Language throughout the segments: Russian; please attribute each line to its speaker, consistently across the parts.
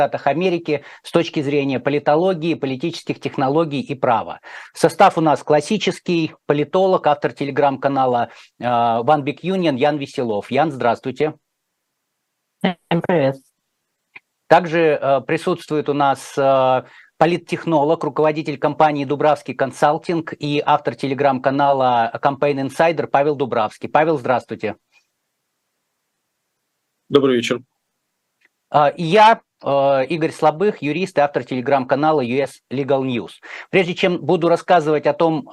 Speaker 1: Штатах Америки с точки зрения политологии, политических технологий и права. Состав у нас классический: политолог, автор телеграм-канала One Big Union Ян Веселов. Ян, здравствуйте.
Speaker 2: Всем привет.
Speaker 1: Также присутствует у нас политтехнолог, руководитель компании Дубравский консалтинг и автор телеграм-канала Campaign Insider Павел Дубравский. Павел, здравствуйте.
Speaker 3: Добрый вечер.
Speaker 1: И я, Игорь Слабых, юрист и автор телеграм-канала US Legal News. Прежде чем буду рассказывать о том,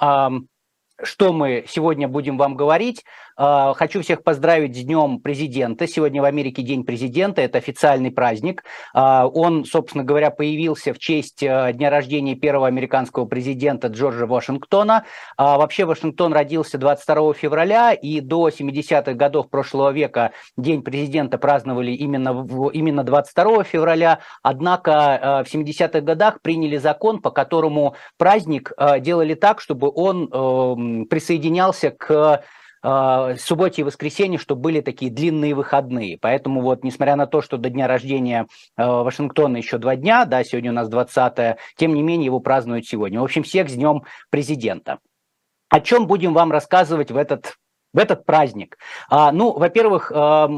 Speaker 1: что мы сегодня будем вам говорить, хочу всех поздравить с Днем Президента. Сегодня в Америке День Президента, это официальный праздник. Он, собственно говоря, появился в честь дня рождения первого американского президента Джорджа Вашингтона. Вообще Вашингтон родился 22 февраля, и до 70-х годов прошлого века День Президента праздновали именно 22 февраля. Однако в 70-х годах приняли закон, по которому праздник делали так, чтобы он присоединялся к субботе и воскресенье, чтобы были такие длинные выходные. Поэтому вот, несмотря на то, что до дня рождения Вашингтона еще 2 дня, да, сегодня у нас 20-е, тем не менее его празднуют сегодня. В общем, всех с Днем Президента. О чем будем вам рассказывать в этот праздник? Во-первых,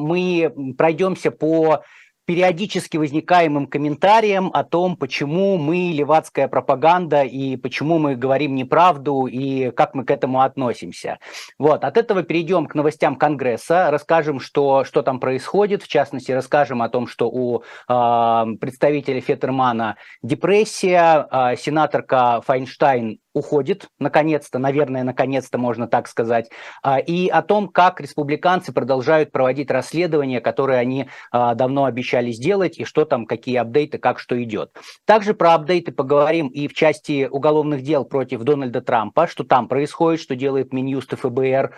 Speaker 1: мы пройдемся по периодически возникаемым комментариям о том, почему мы левацкая пропаганда и почему мы говорим неправду и как мы к этому относимся. Вот. От этого перейдем к новостям Конгресса, расскажем, что там происходит, в частности, расскажем о том, что у представителя Феттермана депрессия, сенаторка Файнштайн уходит, наконец-то, наверное, наконец-то можно так сказать, и о том, как республиканцы продолжают проводить расследования, которые они давно обещали сделать, и что там, какие апдейты, как что идет. Также про апдейты поговорим и в части уголовных дел против Дональда Трампа, что там происходит, что делает Минюст и ФБР.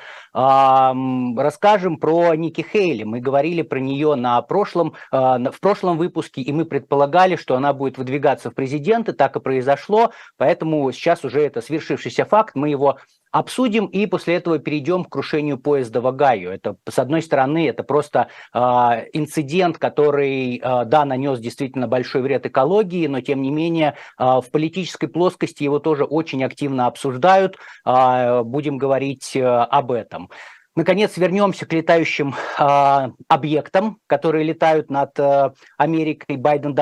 Speaker 1: Расскажем про Ники Хейли. Мы говорили про нее в прошлом выпуске, и мы предполагали, что она будет выдвигаться в президенты, так и произошло, поэтому сейчас уже это свершившийся факт, мы его обсудим и после этого перейдем к крушению поезда в Огайо. Это, с одной стороны, это просто инцидент, который, да, нанес действительно большой вред экологии, но тем не менее в политической плоскости его тоже очень активно обсуждают. Будем говорить об этом. Наконец, вернемся к летающим объектам, которые летают над Америкой. Байден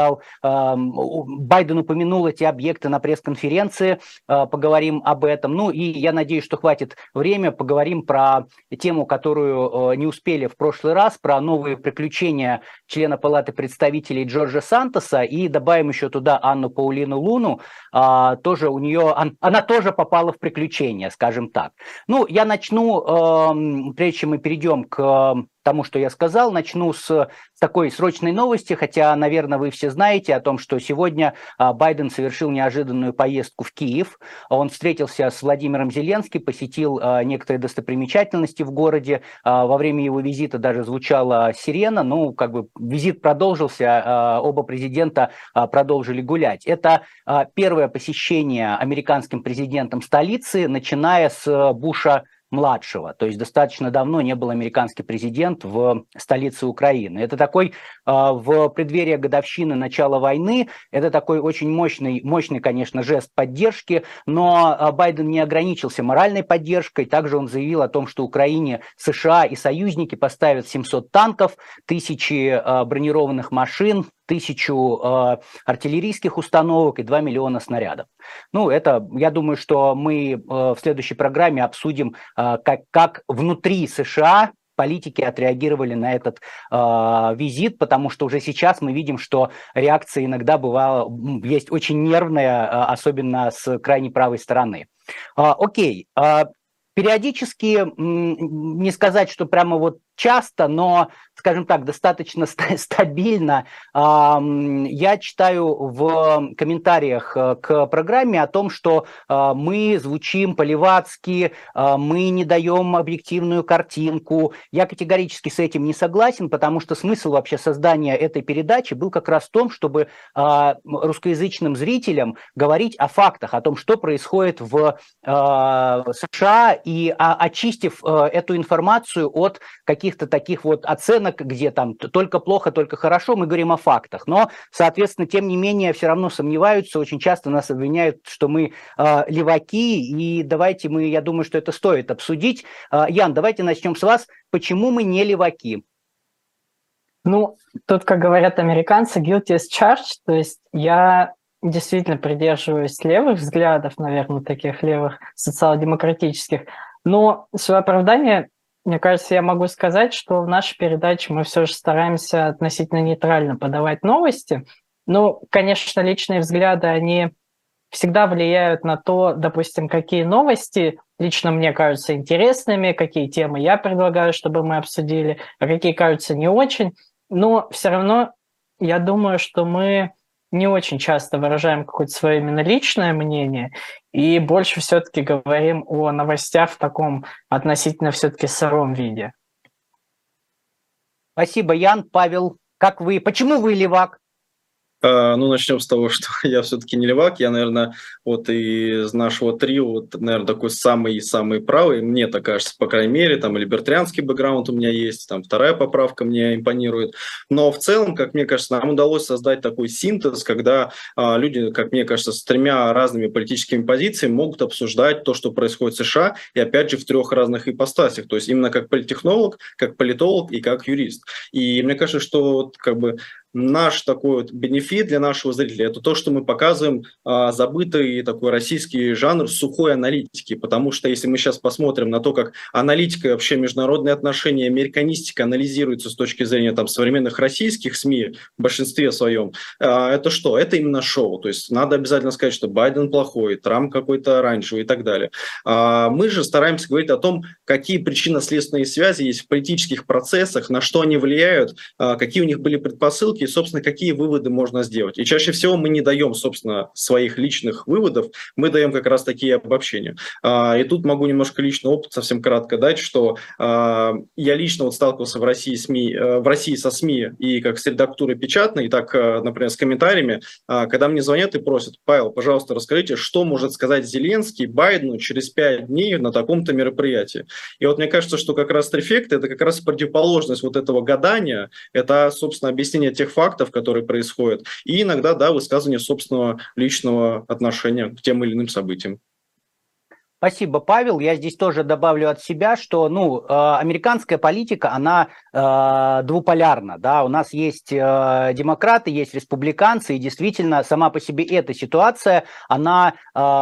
Speaker 1: упомянул эти объекты на пресс-конференции, поговорим об этом. Ну и я надеюсь, что хватит времени, поговорим про тему, которую не успели в прошлый раз, про новые приключения члена Палаты представителей Джорджа Сантоса, и добавим еще туда Анну Паулину Луну. Тоже она тоже попала в приключения, скажем так. Ну, я начну... Прежде чем мы перейдем к тому, что я сказал, начну с такой срочной новости, хотя, наверное, вы все знаете о том, что сегодня Байден совершил неожиданную поездку в Киев. Он встретился с Владимиром Зеленским, посетил некоторые достопримечательности в городе. Во время его визита даже звучала сирена. Ну, как бы визит продолжился, оба президента продолжили гулять. Это первое посещение американским президентом столицы, начиная с Буша-младшего. То есть достаточно давно не был американский президент в столице Украины. Это такой, в преддверии годовщины начала войны, это такой очень мощный, конечно, жест поддержки, но Байден не ограничился моральной поддержкой. Также он заявил о том, что Украине США и союзники поставят 700 танков, 1000 бронированных машин, 1000 артиллерийских установок и 2 миллиона снарядов. Ну, это, я думаю, что мы в следующей программе обсудим, как внутри США политики отреагировали на этот визит, потому что уже сейчас мы видим, что реакция иногда есть очень нервная, особенно с крайне правой стороны. Окей. Периодически, не сказать, что прямо вот часто, но, скажем так, достаточно стабильно я читаю в комментариях к программе о том, что мы звучим по-левацки, мы не даем объективную картинку. Я категорически с этим не согласен, потому что смысл вообще создания этой передачи был как раз в том, чтобы русскоязычным зрителям говорить о фактах, о том, что происходит в США, и очистив эту информацию от каких каких-то таких вот оценок, где там только плохо, только хорошо, мы говорим о фактах. Но, соответственно, тем не менее, все равно сомневаются, очень часто нас обвиняют, что мы леваки, и давайте я думаю, что это стоит обсудить. Ян, давайте начнем с вас. Почему мы не леваки?
Speaker 2: Ну, тут, как говорят американцы, guilty as charged, то есть я действительно придерживаюсь левых взглядов, наверное, таких левых социал-демократических, но в свое оправдание, мне кажется, я могу сказать, что в нашей передаче мы все же стараемся относительно нейтрально подавать новости. Ну, конечно, личные взгляды, они всегда влияют на то, допустим, какие новости лично мне кажутся интересными, какие темы я предлагаю, чтобы мы обсудили, а какие кажутся не очень. Но все равно я думаю, что мы не очень часто выражаем какое-то свое именно личное мнение и больше все-таки говорим о новостях в таком относительно все-таки сыром виде.
Speaker 1: Спасибо, Ян. Павел, как вы? Почему вы левак?
Speaker 3: Ну, начнем с того, что я все-таки не левак. Я, наверное, вот из нашего трио, вот, наверное, такой самый правый. Мне так кажется, по крайней мере, там либертарианский бэкграунд у меня есть, там вторая поправка мне импонирует. Но в целом, как мне кажется, нам удалось создать такой синтез, когда люди, как мне кажется, с тремя разными политическими позициями могут обсуждать то, что происходит в США, и опять же в трех разных ипостасях. То есть именно как политтехнолог, как политолог и как юрист. И мне кажется, что вот, как бы наш такой вот бенефит для нашего зрителя – это то, что мы показываем забытый такой российский жанр сухой аналитики, потому что если мы сейчас посмотрим на то, как аналитика и вообще международные отношения, американистика анализируется с точки зрения там, современных российских СМИ в большинстве своем, это что? Это именно шоу. То есть надо обязательно сказать, что Байден плохой, Трамп какой-то оранжевый и так далее. Мы же стараемся говорить о том, какие причинно-следственные связи есть в политических процессах, на что они влияют, какие у них были предпосылки, и, собственно, какие выводы можно сделать. И чаще всего мы не даем, собственно, своих личных выводов, мы даем как раз такие обобщения. И тут могу немножко личный опыт совсем кратко дать, что я лично вот сталкивался в России со СМИ и как с редактурой печатной, и так, например, с комментариями, когда мне звонят и просят: Павел, пожалуйста, расскажите, что может сказать Зеленский Байдену через 5 дней на таком-то мероприятии. И вот мне кажется, что как раз трифекты – это как раз противоположность вот этого гадания, это, собственно, объяснение тех фактов, которые происходят, и иногда, да, высказывание собственного личного отношения к тем или иным событиям.
Speaker 1: Спасибо, Павел. Я здесь тоже добавлю от себя, что американская политика, она двуполярна. Да? У нас есть демократы, есть республиканцы, и действительно сама по себе эта ситуация, она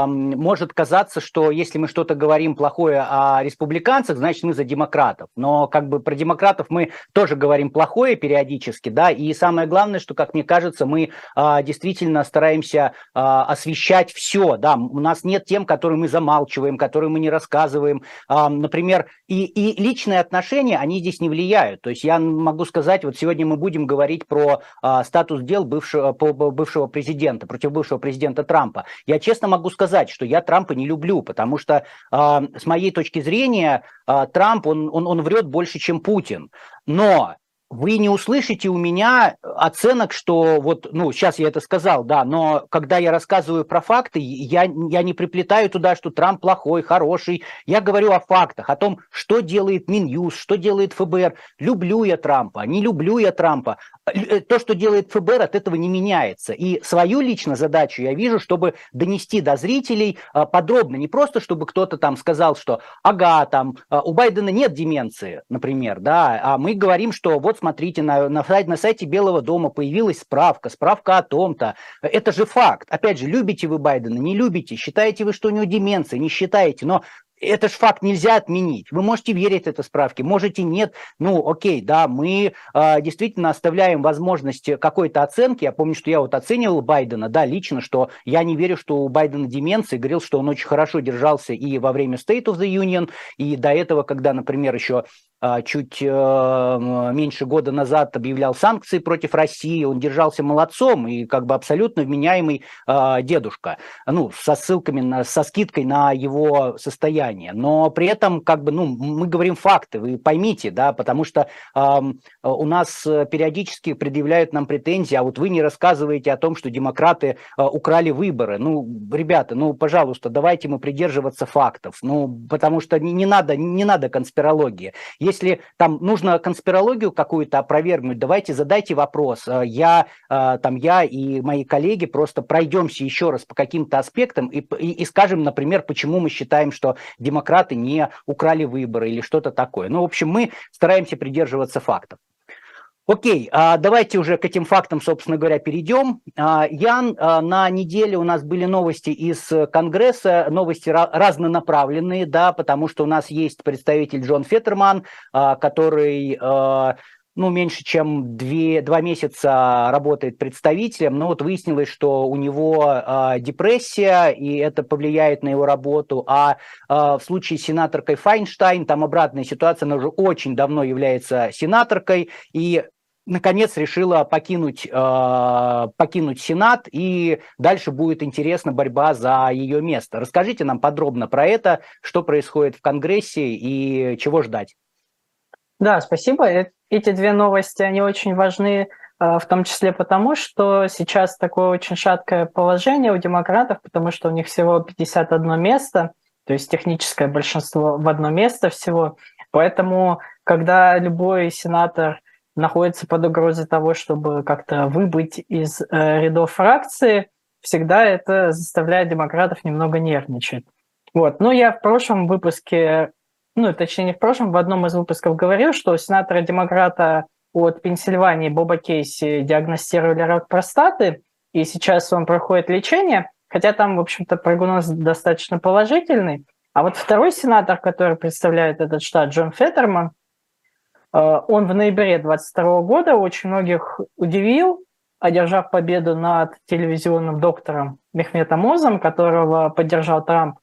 Speaker 1: может казаться, что если мы что-то говорим плохое о республиканцах, значит мы за демократов. Но как бы про демократов мы тоже говорим плохое периодически, да, и самое главное, что, как мне кажется, мы действительно стараемся освещать все, да, у нас нет тем, которые мы замалчиваем, которые мы не рассказываем, например, и личные отношения, они здесь не влияют. То есть я могу сказать, вот сегодня мы будем говорить про статус дел бывшего президента, против бывшего президента Трампа. Я честно могу сказать, что я Трампа не люблю, потому что с моей точки зрения Трамп, он врет больше, чем Путин. Но вы не услышите у меня оценок, что вот, сейчас я это сказал, да, но когда я рассказываю про факты, я не приплетаю туда, что Трамп плохой, хороший. Я говорю о фактах, о том, что делает Минюст, что делает ФБР. Люблю я Трампа, не люблю я Трампа. То, что делает ФБР, от этого не меняется. И свою лично задачу я вижу, чтобы донести до зрителей подробно, не просто, чтобы кто-то там сказал, что ага, там у Байдена нет деменции, например, да, а мы говорим, что вот смотрите, на сайте Белого дома появилась справка о том-то. Это же факт. Опять же, любите вы Байдена, не любите, считаете вы, что у него деменция, не считаете, но это же факт нельзя отменить. Вы можете верить этой справке, можете нет. Окей, да, мы действительно оставляем возможность какой-то оценки. Я помню, что я вот оценивал Байдена, да, лично, что я не верю, что у Байдена деменция. Говорил, что он очень хорошо держался и во время State of the Union, и до этого, когда, например, еще чуть меньше года назад объявлял санкции против России, он держался молодцом и как бы абсолютно вменяемый дедушка, со ссылками, со скидкой на его состояние. Но при этом как бы, мы говорим факты, вы поймите, да, потому что у нас периодически предъявляют нам претензии, а вот вы не рассказываете о том, что демократы украли выборы. Ребята, пожалуйста, давайте мы придерживаться фактов, потому что не надо конспирологии. если там нужно конспирологию какую-то опровергнуть, давайте задайте вопрос. Я и мои коллеги просто пройдемся еще раз по каким-то аспектам и скажем, например, почему мы считаем, что демократы не украли выборы или что-то такое. Ну, в общем, мы стараемся придерживаться фактов. Окей, давайте уже к этим фактам, собственно говоря, перейдем. Ян, на неделе у нас были новости из Конгресса, новости разнонаправленные, да, потому что у нас есть представитель Джон Феттерман, который меньше чем 2 месяца работает представителем, но вот выяснилось, что у него депрессия, и это повлияет на его работу, а в случае с сенаторкой Файнштайн там обратная ситуация, она уже очень давно является сенаторкой, и наконец решила покинуть Сенат, и дальше будет интересна борьба за ее место. Расскажите нам подробно про это, что происходит в Конгрессе и чего ждать.
Speaker 2: Да, спасибо. Эти две новости, они очень важны, в том числе потому, что сейчас такое очень шаткое положение у демократов, потому что у них всего 51 место, то есть техническое большинство в одно место всего. Поэтому, когда любой сенатор находится под угрозой того, чтобы как-то выбыть из рядов фракции, всегда это заставляет демократов немного нервничать. Вот. Но я в прошлом выпуске, в одном из выпусков говорил, что у сенатора-демократа от Пенсильвании Боба Кейси диагностировали рак простаты, и сейчас он проходит лечение, хотя там, в общем-то, прогноз достаточно положительный. А вот второй сенатор, который представляет этот штат, Джон Феттерман, он в ноябре 2022 года очень многих удивил, одержав победу над телевизионным доктором Мехметом Озом, которого поддержал Трамп.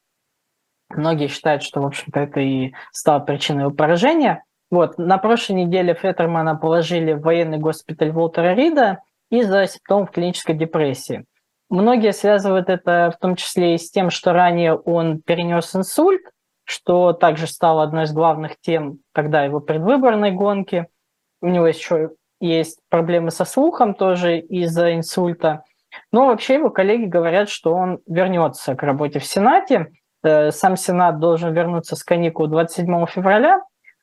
Speaker 2: Многие считают, что, в общем-то, это и стало причиной его поражения. Вот. На прошлой неделе Феттермана положили в военный госпиталь Уолтера Рида из-за симптомов клинической депрессии. Многие связывают это в том числе и с тем, что ранее он перенес инсульт, что также стало одной из главных тем, когда его предвыборной гонки. У него еще есть проблемы со слухом тоже из-за инсульта. Но вообще его коллеги говорят, что он вернется к работе в Сенате. Сам Сенат должен вернуться с каникул 27 февраля.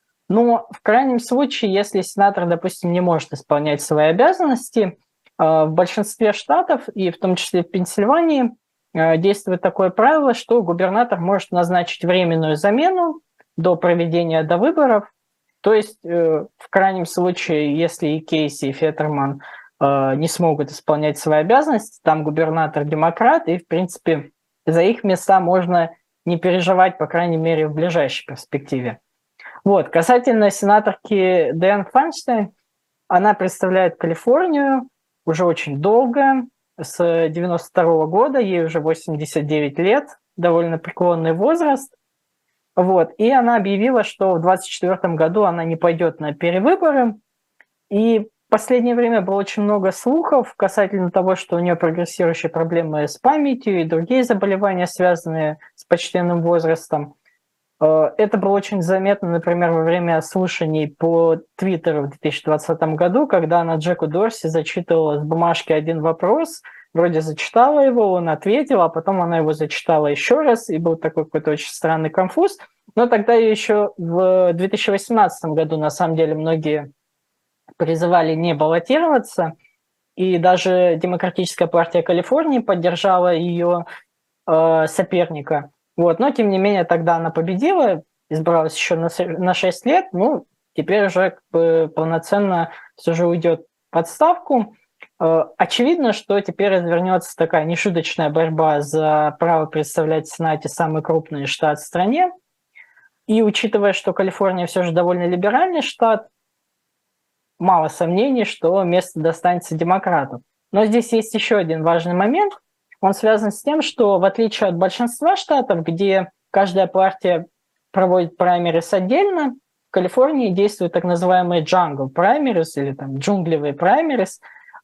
Speaker 2: Но в крайнем случае, если сенатор, допустим, не может исполнять свои обязанности, в большинстве штатов, и в том числе в Пенсильвании, действует такое правило, что губернатор может назначить временную замену до проведения довыборов. То есть, в крайнем случае, если и Кейси, и Феттерман не смогут исполнять свои обязанности, там губернатор демократ, и, в принципе, за их места можно не переживать, по крайней мере, в ближайшей перспективе. Вот. Касательно сенаторки Дайан Файнштайн, она представляет Калифорнию уже очень долго, с 92 года, ей уже 89 лет, довольно преклонный возраст. Вот. И она объявила, что в 2024 году она не пойдет на перевыборы. И в последнее время было очень много слухов касательно того, что у нее прогрессирующие проблемы с памятью и другие заболевания, связанные с почтенным возрастом. Это было очень заметно, например, во время слушаний по Твиттеру в 2020 году, когда она Джеку Дорси зачитывала с бумажки один вопрос, вроде зачитала его, он ответил, а потом она его зачитала еще раз, и был такой какой-то очень странный конфуз. Но тогда еще в 2018 году, на самом деле, многие призывали не баллотироваться, и даже Демократическая партия Калифорнии поддержала ее соперника. Вот. Но, тем не менее, тогда она победила, избралась еще на 6 лет, теперь уже полноценно все же уйдет в отставку. Очевидно, что теперь развернется такая нешуточная борьба за право представлять в Сенате самый крупный штат в стране. И учитывая, что Калифорния все же довольно либеральный штат, мало сомнений, что место достанется демократам. Но здесь есть еще один важный момент. Он связан с тем, что в отличие от большинства штатов, где каждая партия проводит праймерис отдельно, в Калифорнии действуют так называемые jungle праймерис или там джунглевые праймерис.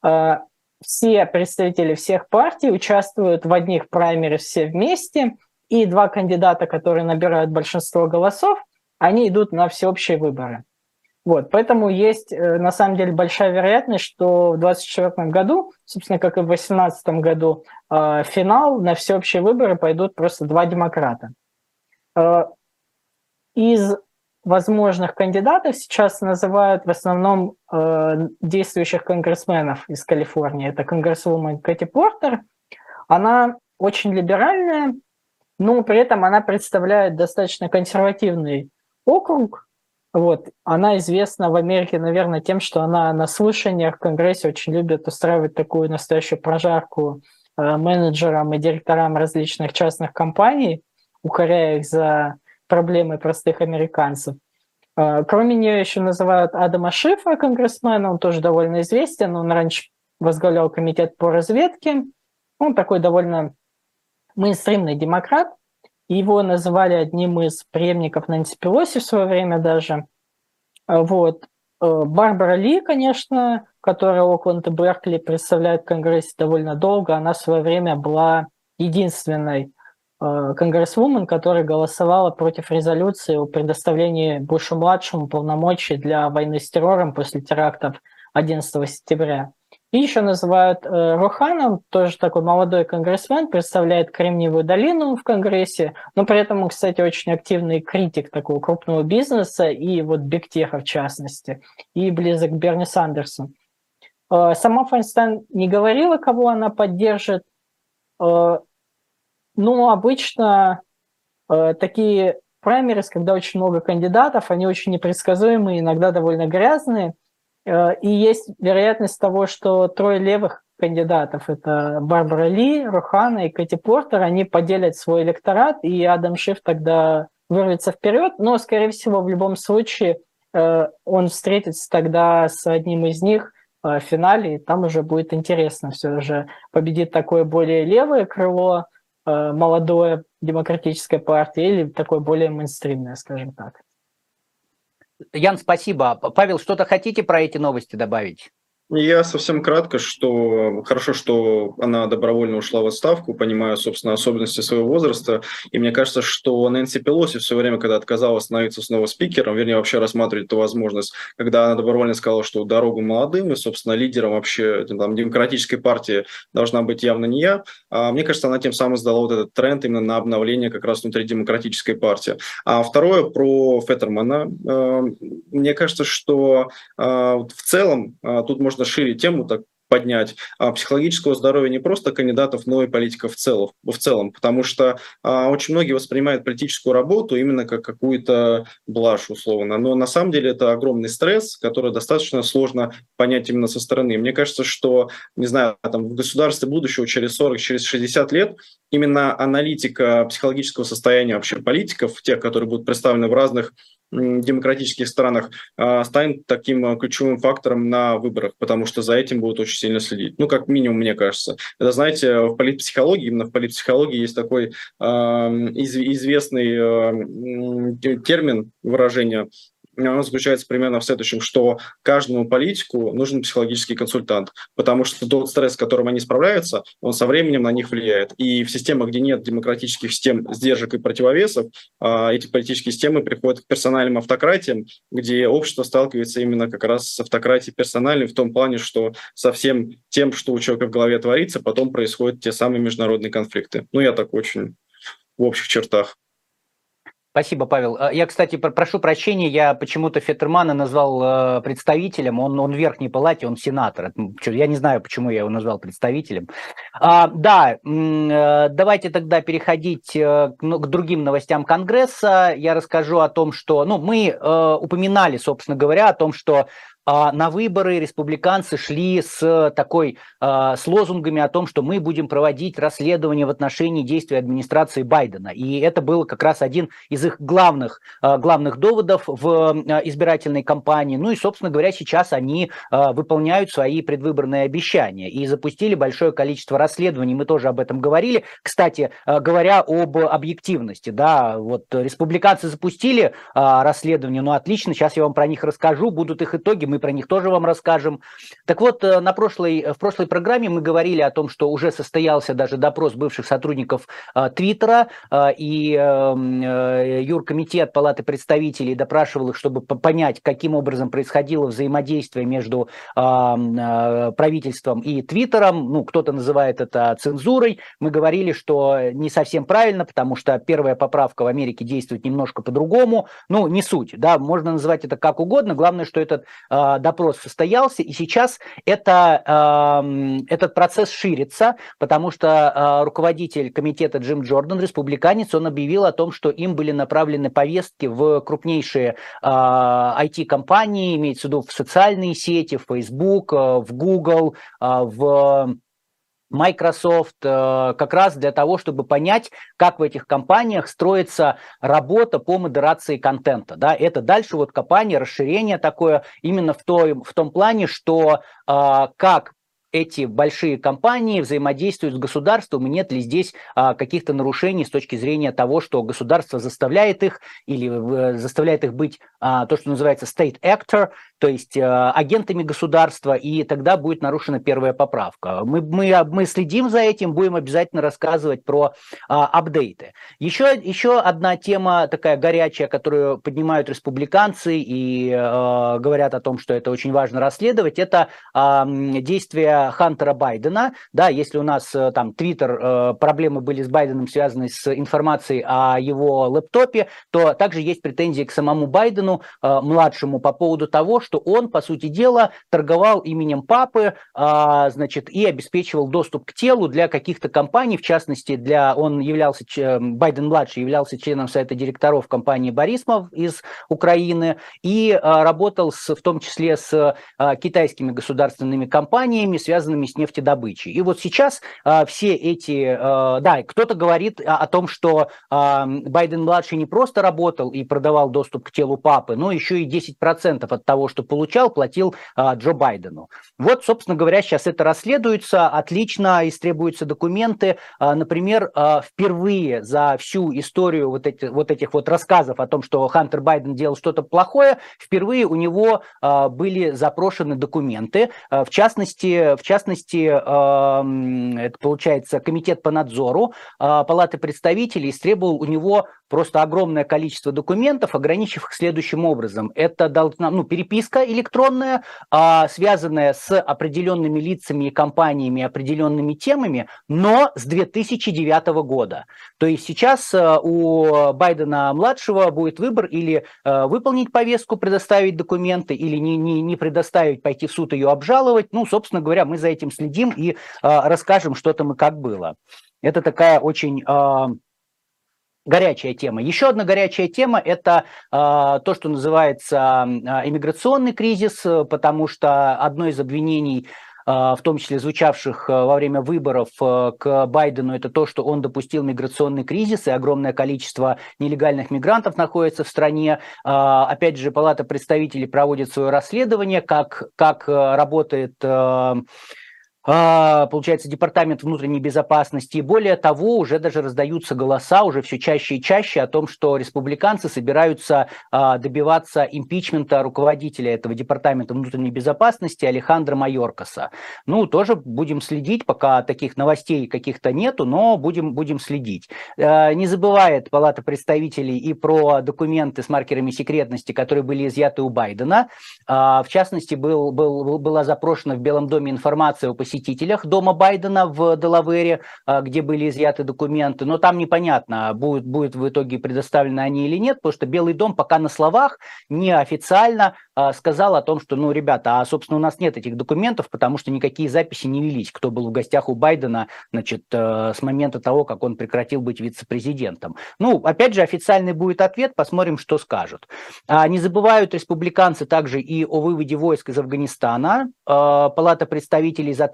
Speaker 2: Все представители всех партий участвуют в одних праймерис все вместе, и два кандидата, которые набирают большинство голосов, они идут на всеобщие выборы. Вот, поэтому есть, на самом деле, большая вероятность, что в 2024 году, собственно, как и в 2018 году, финал на всеобщие выборы пойдут просто два демократа. Из возможных кандидатов сейчас называют в основном действующих конгрессменов из Калифорнии. Это конгрессвумен Кэти Портер. Она очень либеральная, но при этом она представляет достаточно консервативный округ. Вот. Она известна в Америке, наверное, тем, что она на слушаниях в Конгрессе очень любит устраивать такую настоящую прожарку менеджерам и директорам различных частных компаний, укоряя их за проблемы простых американцев. Кроме нее еще называют Адама Шифа конгрессмена, он тоже довольно известен, он раньше возглавлял комитет по разведке, он такой довольно мейнстримный демократ, его называли одним из преемников Нэнси Пелоси в свое время даже. Вот. Барбара Ли, конечно, которая Окленд и Беркли представляет в Конгрессе довольно долго, она в свое время была единственной конгрессвумен, которая голосовала против резолюции о предоставлении Бушу-младшему полномочий для войны с террором после терактов 11 сентября. И еще называют Роханом, тоже такой молодой конгрессмен, представляет Кремниевую долину в Конгрессе, но при этом он, кстати, очень активный критик такого крупного бизнеса и вот бигтеха в частности, и близок к Берни Сандерсу. Сама Файнстайн не говорила, кого она поддержит, но обычно такие праймерис, когда очень много кандидатов, они очень непредсказуемые, иногда довольно грязные. И есть вероятность того, что трое левых кандидатов, это Барбара Ли, Рохана и Кэти Портер, они поделят свой электорат, и Адам Шиф тогда вырвется вперед, но, скорее всего, в любом случае он встретится тогда с одним из них в финале, и там уже будет интересно. Все же победит такое более левое крыло, молодое демократической партии, или такое более мейнстримное, скажем так.
Speaker 1: Ян, спасибо. Павел, что-то хотите про эти новости добавить?
Speaker 3: Я совсем кратко, что хорошо, что она добровольно ушла в отставку, понимая, собственно, особенности своего возраста. И мне кажется, что Нэнси Пелоси в свое время, когда отказалась становиться снова спикером, вернее, вообще рассматривать эту возможность, когда она добровольно сказала, что дорогу молодым и, собственно, лидером вообще там, демократической партии должна быть явно не я, мне кажется, она тем самым сдала вот этот тренд именно на обновление как раз внутри демократической партии. А второе про Феттермана. Мне кажется, что в целом тут можно шире тему так поднять психологического здоровья не просто кандидатов, но и политиков в целом, потому что очень многие воспринимают политическую работу именно как какую-то блажь условно, но на самом деле это огромный стресс, который достаточно сложно понять именно со стороны. Мне кажется, что, не знаю, там, в государстве будущего через 40, через 60 лет именно аналитика психологического состояния вообще политиков, тех, которые будут представлены в разных демократических странах, станет таким ключевым фактором на выборах, потому что за этим будут очень сильно следить. Ну, как минимум, мне кажется. Это, знаете, в политпсихологии, именно в политпсихологии есть такой известный термин, выражение, оно заключается примерно в следующем, что каждому политику нужен психологический консультант, потому что тот стресс, с которым они справляются, он со временем на них влияет. И в системах, где нет демократических систем сдержек и противовесов, эти политические системы приходят к персональным автократиям, где общество сталкивается именно как раз с автократией персональной в том плане, что со всем тем, что у человека в голове творится, потом происходят те самые международные конфликты. Ну, я так очень в общих чертах.
Speaker 1: Спасибо, Павел. Я, кстати, прошу прощения, я почему-то Феттермана назвал представителем, он в Верхней Палате, он сенатор. Я не знаю, почему я его назвал представителем. Да, давайте тогда переходить к другим новостям Конгресса. Я расскажу о том, что... мы упоминали, собственно говоря, о том, что на выборы республиканцы шли с лозунгами о том, что мы будем проводить расследование в отношении действий администрации Байдена. И это был как раз один из их главных доводов в избирательной кампании. Ну и, собственно говоря, сейчас они выполняют свои предвыборные обещания и запустили большое количество расследований. Мы тоже об этом говорили. Кстати, говоря об объективности, да, вот республиканцы запустили расследование, отлично, сейчас я вам про них расскажу, будут их итоги, мы про них тоже вам расскажем. Так вот, в прошлой программе мы говорили о том, что уже состоялся даже допрос бывших сотрудников Твиттера, и Юркомитет Палаты представителей допрашивал их, чтобы понять, каким образом происходило взаимодействие между правительством и Твиттером. Ну, кто-то называет это цензурой. Мы говорили, что не совсем правильно, потому что первая поправка в Америке действует немножко по-другому. Ну, не суть, да, можно называть это как угодно. Главное, что этот допрос состоялся, и сейчас этот процесс ширится, потому что руководитель комитета Джим Джордан, республиканец, он объявил о том, что им были направлены повестки в крупнейшие IT-компании, имеется в виду в социальные сети, в Facebook, в Google, в Microsoft, как раз для того, чтобы понять, как в этих компаниях строится работа по модерации контента. Да? Это дальше вот копание, расширение такое именно в том плане, что как эти большие компании взаимодействуют с государством, и нет ли здесь каких-то нарушений с точки зрения того, что государство заставляет их или заставляет их быть то, что называется state actor, то есть агентами государства, и тогда будет нарушена первая поправка. Мы следим за этим, будем обязательно рассказывать про апдейты. Еще одна тема такая горячая, которую поднимают республиканцы и говорят о том, что это очень важно расследовать, это действия Хантера Байдена. Да, если у нас там Твиттер, проблемы были с Байденом, связаны с информацией о его лэптопе, то также есть претензии к самому Байдену, младшему, по поводу того, что он, по сути дела, торговал именем папы, значит, и обеспечивал доступ к телу для каких-то компаний, в частности, Байден-младший являлся членом совета директоров компании Борисмов из Украины и работал в том числе с китайскими государственными компаниями, связанными с нефтедобычей. И вот сейчас все эти... Да, кто-то говорит о том, что Байден-младший не просто работал и продавал доступ к телу папы, но еще и 10% от того, что получал, платил Джо Байдену. Вот, собственно говоря, сейчас это расследуется, отлично, истребуются документы. Например, впервые за всю историю вот этих рассказов о том, что Хантер Байден делал что-то плохое, впервые у него были запрошены документы, в частности, это получается комитет по надзору Палаты представителей истребовал у него просто огромное количество документов, ограничив их следующим образом. Это должна, переписка электронная, связанная с определенными лицами и компаниями, определенными темами, но с 2009 года. То есть сейчас у Байдена-младшего будет выбор или выполнить повестку, предоставить документы, или не предоставить, пойти в суд ее обжаловать. Ну, собственно говоря, мы за этим следим и расскажем, что там и как было. Это такая очень... горячая тема. Еще одна горячая тема – это то, что называется иммиграционный кризис, потому что одно из обвинений, в том числе звучавших во время выборов к Байдену, это то, что он допустил миграционный кризис, и огромное количество нелегальных мигрантов находится в стране. Опять же, Палата представителей проводит свое расследование, как работает... получается, Департамент внутренней безопасности. И более того, уже даже раздаются голоса, уже все чаще и чаще о том, что республиканцы собираются добиваться импичмента руководителя этого Департамента внутренней безопасности Алехандро Майоркаса. Ну, тоже будем следить, пока таких новостей каких-то нету, но будем следить. Не забывает Палата представителей и про документы с маркерами секретности, которые были изъяты у Байдена. В частности, была запрошена в Белом доме информация о посетителях дома Байдена в Делавере, где были изъяты документы, но там непонятно, будет в итоге предоставлены они или нет, потому что Белый дом пока на словах неофициально сказал о том, что, ребята, собственно, у нас нет этих документов, потому что никакие записи не велись, кто был в гостях у Байдена, значит, с момента того, как он прекратил быть вице-президентом. Опять же, официальный будет ответ, посмотрим, что скажут. Не забывают республиканцы также и о выводе войск из Афганистана. Палата представителей затребовала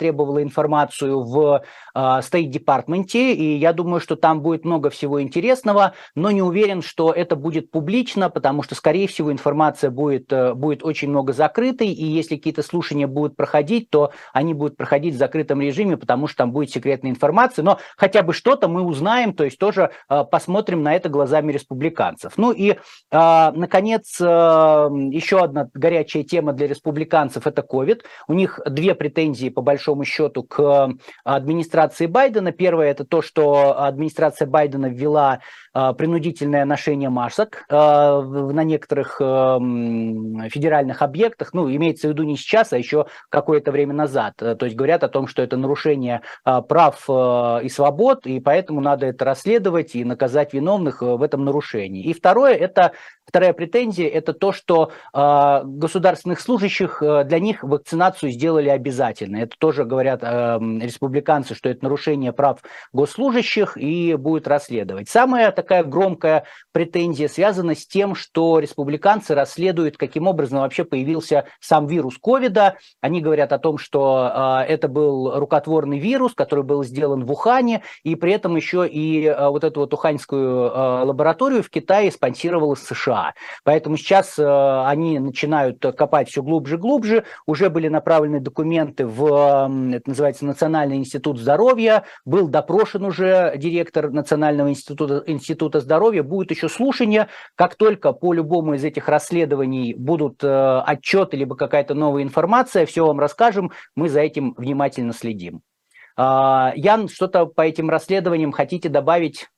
Speaker 1: затребовала информацию в State Department, и я думаю, что там будет много всего интересного, но не уверен, что это будет публично, потому что, скорее всего, информация будет очень много закрытой, и если какие-то слушания будут проходить, то они будут проходить в закрытом режиме, потому что там будет секретная информация, но хотя бы что-то мы узнаем, то есть тоже посмотрим на это глазами республиканцев. Ну и, наконец, еще одна горячая тема для республиканцев – это COVID. У них две претензии, по большому счету, к администрации Байдена. Первое – это то, что администрация Байдена ввела принудительное ношение масок на некоторых федеральных объектах. Ну, имеется в виду не сейчас, а еще какое-то время назад. То есть говорят о том, что это нарушение прав и свобод, и поэтому надо это расследовать и наказать виновных в этом нарушении. И вторая претензия – это то, что государственных служащих, для них вакцинацию сделали обязательной. Это тоже говорят республиканцы, что это нарушение прав госслужащих и будет расследовать. Самая такая громкая претензия связана с тем, что республиканцы расследуют, каким образом вообще появился сам вирус ковида. Они говорят о том, что это был рукотворный вирус, который был сделан в Ухане, и при этом еще и вот эту вот уханьскую лабораторию в Китае спонсировала США. Поэтому сейчас они начинают копать все глубже и глубже. Уже были направлены документы в, это называется, Национальный институт здоровья. Был допрошен уже директор Национального института здоровья. Будет еще слушание. Как только по любому из этих расследований будут отчеты либо какая-то новая информация, все вам расскажем. Мы за этим внимательно следим. Ян, что-то по этим расследованиям хотите добавить?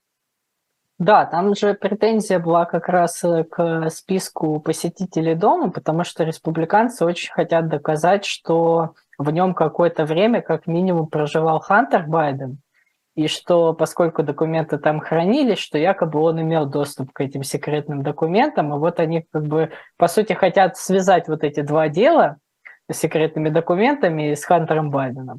Speaker 2: Да, там же претензия была как раз к списку посетителей дома, потому что республиканцы очень хотят доказать, что в нем какое-то время как минимум проживал Хантер Байден, и что, поскольку документы там хранились, что якобы он имел доступ к этим секретным документам, и вот они как бы, по сути, хотят связать вот эти два дела с секретными документами с Хантером Байденом.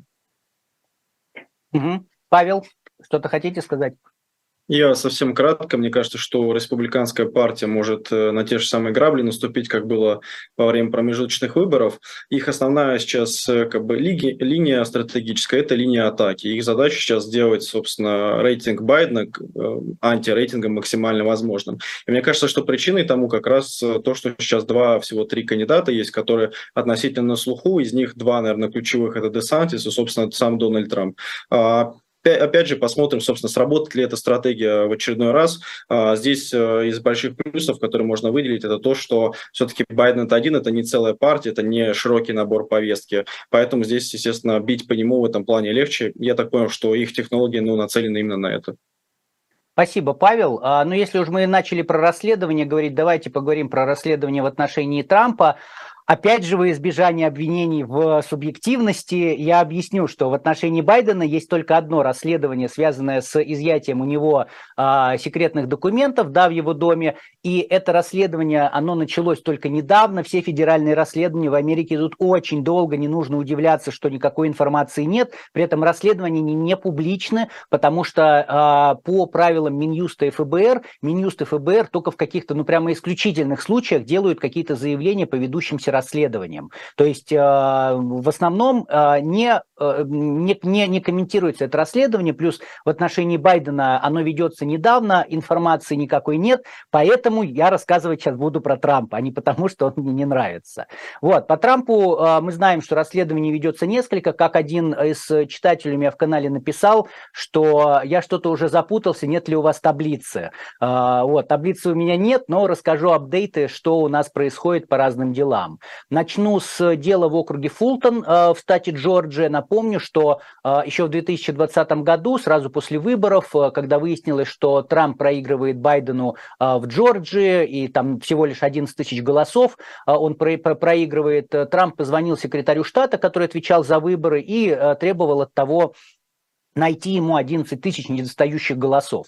Speaker 1: Угу. Павел, что-то хотите сказать?
Speaker 3: Я совсем кратко. Мне кажется, что республиканская партия может на те же самые грабли наступить, как было во время промежуточных выборов. Их основная сейчас как бы линия стратегическая – это линия атаки. Их задача сейчас сделать, собственно, рейтинг Байдена антирейтингом максимально возможным. И мне кажется, что причиной тому как раз то, что сейчас всего три кандидата есть, которые относительно на слуху. Из них два, наверное, ключевых – это Десантис и, собственно, сам Дональд Трамп. Опять же, посмотрим, собственно, сработает ли эта стратегия в очередной раз. Здесь из больших плюсов, которые можно выделить, это то, что все-таки Байден это один, это не целая партия, это не широкий набор повестки. Поэтому здесь, естественно, бить по нему в этом плане легче. Я так понял, что их технологии нацелены именно на это.
Speaker 1: Спасибо, Павел. Но если уж мы начали про расследование говорить, давайте поговорим про расследование в отношении Трампа. Опять же, во избежание обвинений в субъективности, я объясню, что в отношении Байдена есть только одно расследование, связанное с изъятием у него секретных документов, в его доме, и это расследование, оно началось только недавно, все федеральные расследования в Америке идут очень долго, не нужно удивляться, что никакой информации нет, при этом расследования не публичны, потому что по правилам Минюста и ФБР только в каких-то, прямо исключительных случаях делают какие-то заявления по ведущимся расследованием. То есть в основном не комментируется это расследование, плюс в отношении Байдена оно ведется недавно, информации никакой нет, поэтому я рассказывать сейчас буду про Трампа, а не потому, что он мне не нравится. Вот, по Трампу мы знаем, что расследований ведется несколько, как один из читателей у меня в канале написал, что я что-то уже запутался, нет ли у вас таблицы. Вот, таблицы у меня нет, но расскажу апдейты, что у нас происходит по разным делам. Начну с дела в округе Фултон в штате Джорджия. Напомню, что еще в 2020 году, сразу после выборов, когда выяснилось, что Трамп проигрывает Байдену в Джорджии, и там всего лишь 11 тысяч голосов он проигрывает, Трамп позвонил секретарю штата, который отвечал за выборы, и требовал от того найти ему 11 тысяч недостающих голосов.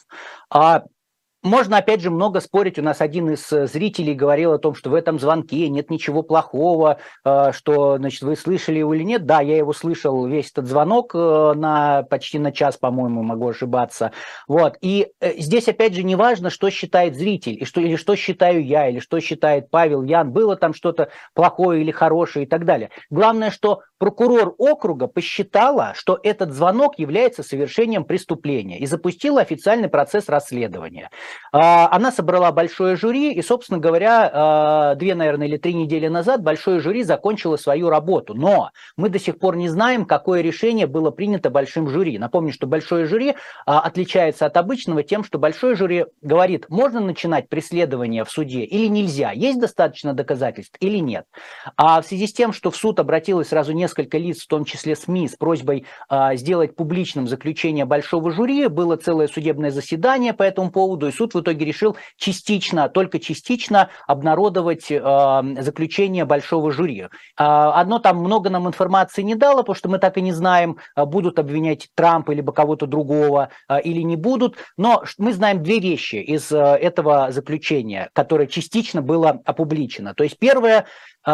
Speaker 1: Можно, опять же, много спорить. У нас один из зрителей говорил о том, что в этом звонке нет ничего плохого, что, значит, вы слышали его или нет. Да, я его слышал, весь этот звонок почти на час, по-моему, могу ошибаться. Вот. И здесь, опять же, не важно, что считает зритель, или что считаю я, или что считает Павел, Ян, было там что-то плохое или хорошее и так далее. Главное, что прокурор округа посчитала, что этот звонок является совершением преступления и запустила официальный процесс расследования. Она собрала большое жюри и, собственно говоря, 2, наверное, или 3 недели назад большое жюри закончило свою работу. Но мы до сих пор не знаем, какое решение было принято большим жюри. Напомню, что большое жюри отличается от обычного тем, что большое жюри говорит, можно начинать преследование в суде или нельзя, есть достаточно доказательств или нет. А в связи с тем, что в суд обратилось сразу несколько лиц, в том числе СМИ, с просьбой сделать публичным заключение большого жюри, было целое судебное заседание по этому поводу, и суд в итоге решил только частично обнародовать заключение большого жюри. Одно там много нам информации не дало, потому что мы так и не знаем, будут обвинять Трампа либо кого-то другого или не будут, но мы знаем 2 вещи из этого заключения, которое частично было опубличено. То есть первое,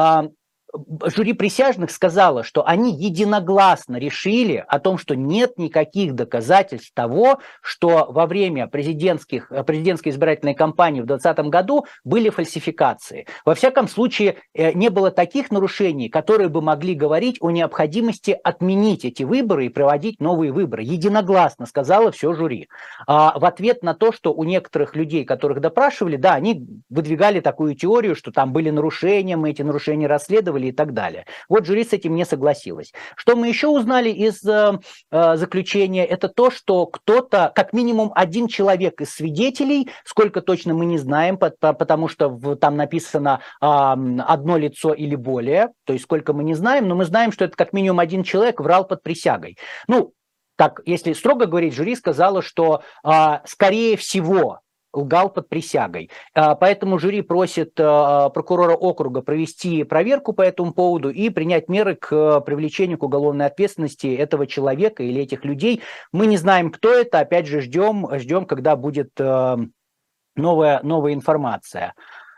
Speaker 1: жюри присяжных сказало, что они единогласно решили о том, что нет никаких доказательств того, что во время президентской избирательной кампании в 2020 году были фальсификации. Во всяком случае, не было таких нарушений, которые бы могли говорить о необходимости отменить эти выборы и проводить новые выборы. Единогласно сказала все жюри. В ответ на то, что у некоторых людей, которых допрашивали, да, они выдвигали такую теорию, что там были нарушения, мы эти нарушения расследовали и так далее. Вот жюри с этим не согласилось. Что мы еще узнали из заключения, это то, что кто-то, как минимум один человек из свидетелей, сколько точно мы не знаем, потому что там написано одно лицо или более, то есть сколько мы не знаем, но мы знаем, что это как минимум один человек врал под присягой. Ну, так, если строго говорить, жюри сказало, что скорее всего лгал под присягой. Поэтому жюри просит прокурора округа провести проверку по этому поводу и принять меры к привлечению к уголовной ответственности этого человека или этих людей. Мы не знаем, кто это, опять же, ждем, когда будет новая информация.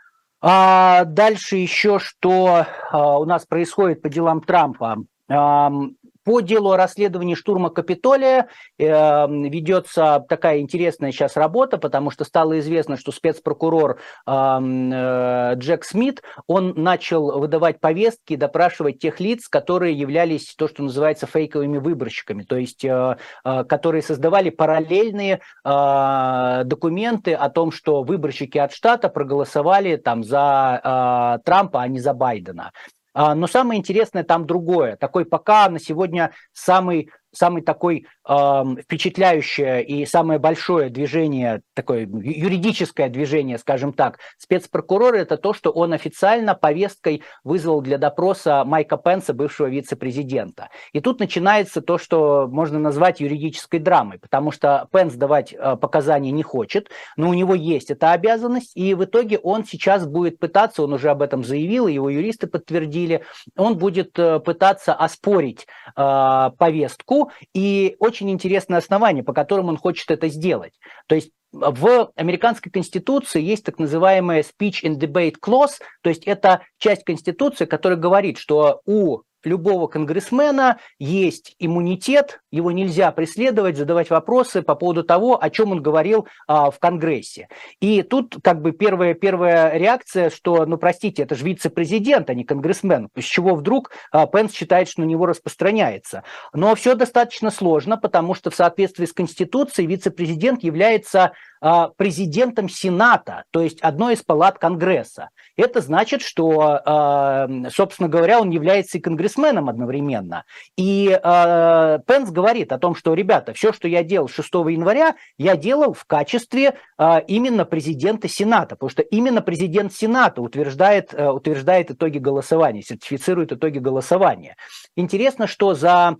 Speaker 1: Дальше еще, что у нас происходит по делам Трампа. По делу о расследовании штурма Капитолия ведется такая интересная сейчас работа, потому что стало известно, что спецпрокурор Джек Смит, он начал выдавать повестки, допрашивать тех лиц, которые являлись то, что называется фейковыми выборщиками, то есть которые создавали параллельные документы о том, что выборщики от штата проголосовали там за Трампа, а не за Байдена. Но самое интересное там другое. Пока на сегодня самый такой впечатляющее и самое большое движение, такое юридическое движение, скажем так, спецпрокурора, это то, что он официально повесткой вызвал для допроса Майка Пенса, бывшего вице-президента. И тут начинается то, что можно назвать юридической драмой, потому что Пенс давать показания не хочет, но у него есть эта обязанность, и в итоге он сейчас будет пытаться, он уже об этом заявил, и его юристы подтвердили, он будет пытаться оспорить повестку, и очень интересное основание, по которому он хочет это сделать. То есть в американской конституции есть так называемая speech and debate clause, то есть это часть конституции, которая говорит, что у любого конгрессмена есть иммунитет, его нельзя преследовать, задавать вопросы по поводу того, о чем он говорил в Конгрессе. И тут как бы первая реакция, что, ну простите, это же вице-президент, а не конгрессмен. С чего вдруг Пенс считает, что на него распространяется? Но все достаточно сложно, потому что в соответствии с Конституцией вице-президент является президентом Сената, то есть одной из палат Конгресса. Это значит, что, собственно говоря, он является и конгрессменом одновременно. И Пенс говорит о том, что, ребята, все, что я делал 6 января, я делал в качестве именно президента Сената, потому что именно президент Сената утверждает итоги голосования, сертифицирует итоги голосования. Интересно, что за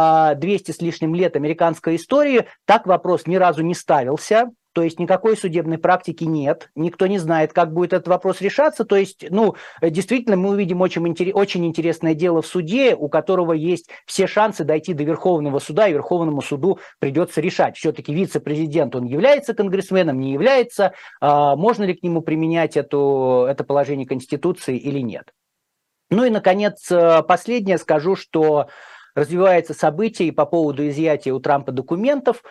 Speaker 1: 200 с лишним лет американской истории так вопрос ни разу не ставился. То есть никакой судебной практики нет, никто не знает, как будет этот вопрос решаться. То есть, действительно, мы увидим очень интересное дело в суде, у которого есть все шансы дойти до Верховного суда, и Верховному суду придется решать, все-таки вице-президент, он является конгрессменом, не является, можно ли к нему применять это положение Конституции или нет. Ну и, наконец, последнее скажу, что развивается событие и по поводу изъятия у Трампа документов.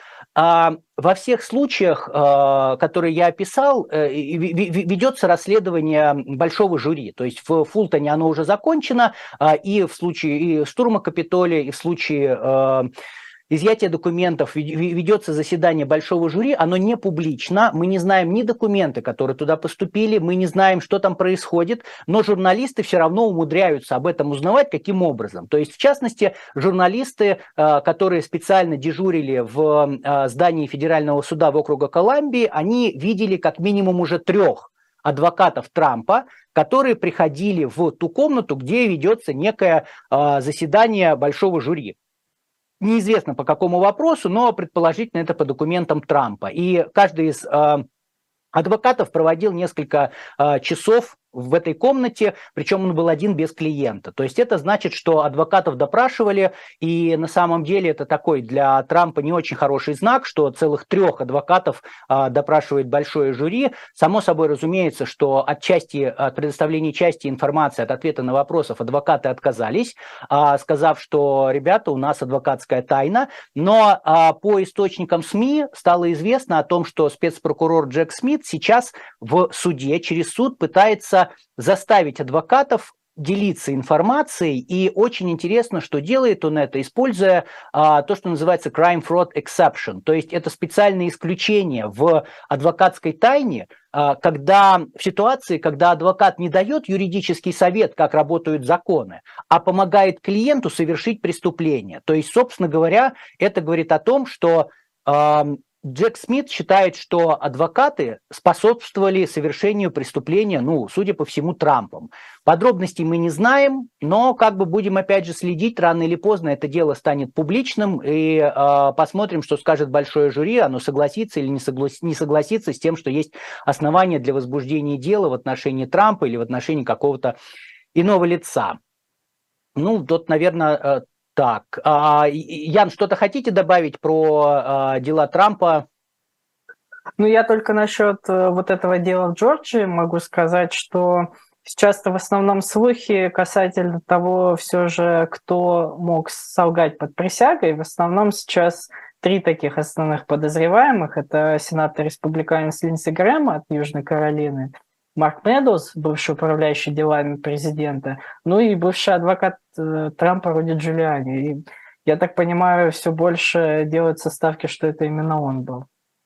Speaker 1: Во всех случаях, которые я описал, ведется расследование большого жюри. То есть в Фултоне оно уже закончено, и в случае и штурма Капитолия, и в случае изъятие документов, ведется заседание большого жюри, оно не публично, мы не знаем ни документы, которые туда поступили, мы не знаем, что там происходит, но журналисты все равно умудряются об этом узнавать, каким образом. То есть, в частности, журналисты, которые специально дежурили в здании Федерального суда в округе Колумбии, они видели как минимум уже 3 адвокатов Трампа, которые приходили в ту комнату, где ведется некое заседание большого жюри. Неизвестно по какому вопросу, но предположительно это по документам Трампа. И каждый из адвокатов проводил несколько часов в этой комнате, причем он был один без клиента. То есть это значит, что адвокатов допрашивали, и на самом деле это такой для Трампа не очень хороший знак, что целых 3 адвокатов допрашивает большое жюри. Само собой разумеется, что от предоставления части информации, от ответа на вопросов адвокаты отказались, сказав, что, ребята, у нас адвокатская тайна. Но по источникам СМИ стало известно о том, что спецпрокурор Джек Смит сейчас в суде, через суд пытается заставить адвокатов делиться информацией, и очень интересно, что делает он это, используя то, что называется crime fraud exception, то есть это специальное исключение в адвокатской тайне, когда в ситуации, когда адвокат не дает юридический совет, как работают законы, а помогает клиенту совершить преступление. То есть, собственно говоря, это говорит о том, что Джек Смит считает, что адвокаты способствовали совершению преступления, судя по всему, Трампом. Подробностей мы не знаем, но будем опять же следить, рано или поздно это дело станет публичным, и посмотрим, что скажет большое жюри, оно согласится или не согласится с тем, что есть основания для возбуждения дела в отношении Трампа или в отношении какого-то иного лица. Тут, наверное, так. Ян, что-то хотите добавить про дела Трампа?
Speaker 2: Я только насчет вот этого дела в Джорджии могу сказать, что сейчас-то в основном слухи касательно того, все же, кто мог солгать под присягой. В основном сейчас 3 таких основных подозреваемых. Это сенатор-республиканец Линдси Грэм от Южной Каролины, Марк Медоуз, бывший управляющий делами президента, и бывший адвокат Трампа Руди Джулиани. И, я так понимаю, все больше делается ставки, что это именно он был.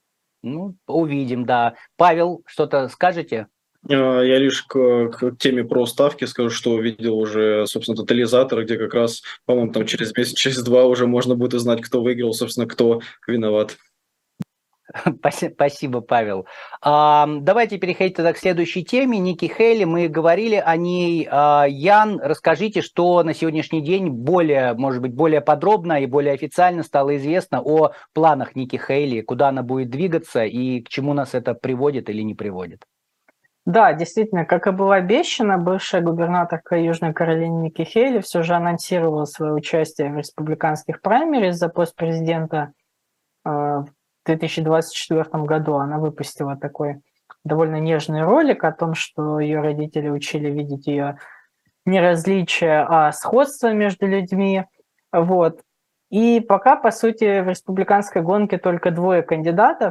Speaker 1: Увидим, да. Павел, что-то скажете?
Speaker 3: Я лишь к теме про ставки скажу, что видел уже, собственно, тотализатор, где как раз, по-моему, там через месяц, через 2 уже можно будет узнать, кто выиграл, собственно, кто виноват.
Speaker 1: Спасибо, Павел. Давайте переходить тогда к следующей теме. Ники Хейли, мы говорили о ней. Ян, расскажите, что на сегодняшний день может быть, более подробно и более официально стало известно о планах Ники Хейли, куда она будет двигаться и к чему нас это приводит или не приводит.
Speaker 2: Да, действительно, как и было обещано, бывшая губернаторка Южной Каролины Ники Хейли все же анонсировала свое участие в республиканских праймериз за пост президента в 2024 году. Она выпустила такой довольно нежный ролик о том, что ее родители учили видеть ее не различия, а сходство между людьми. И пока, по сути, в республиканской гонке только 2 кандидатов.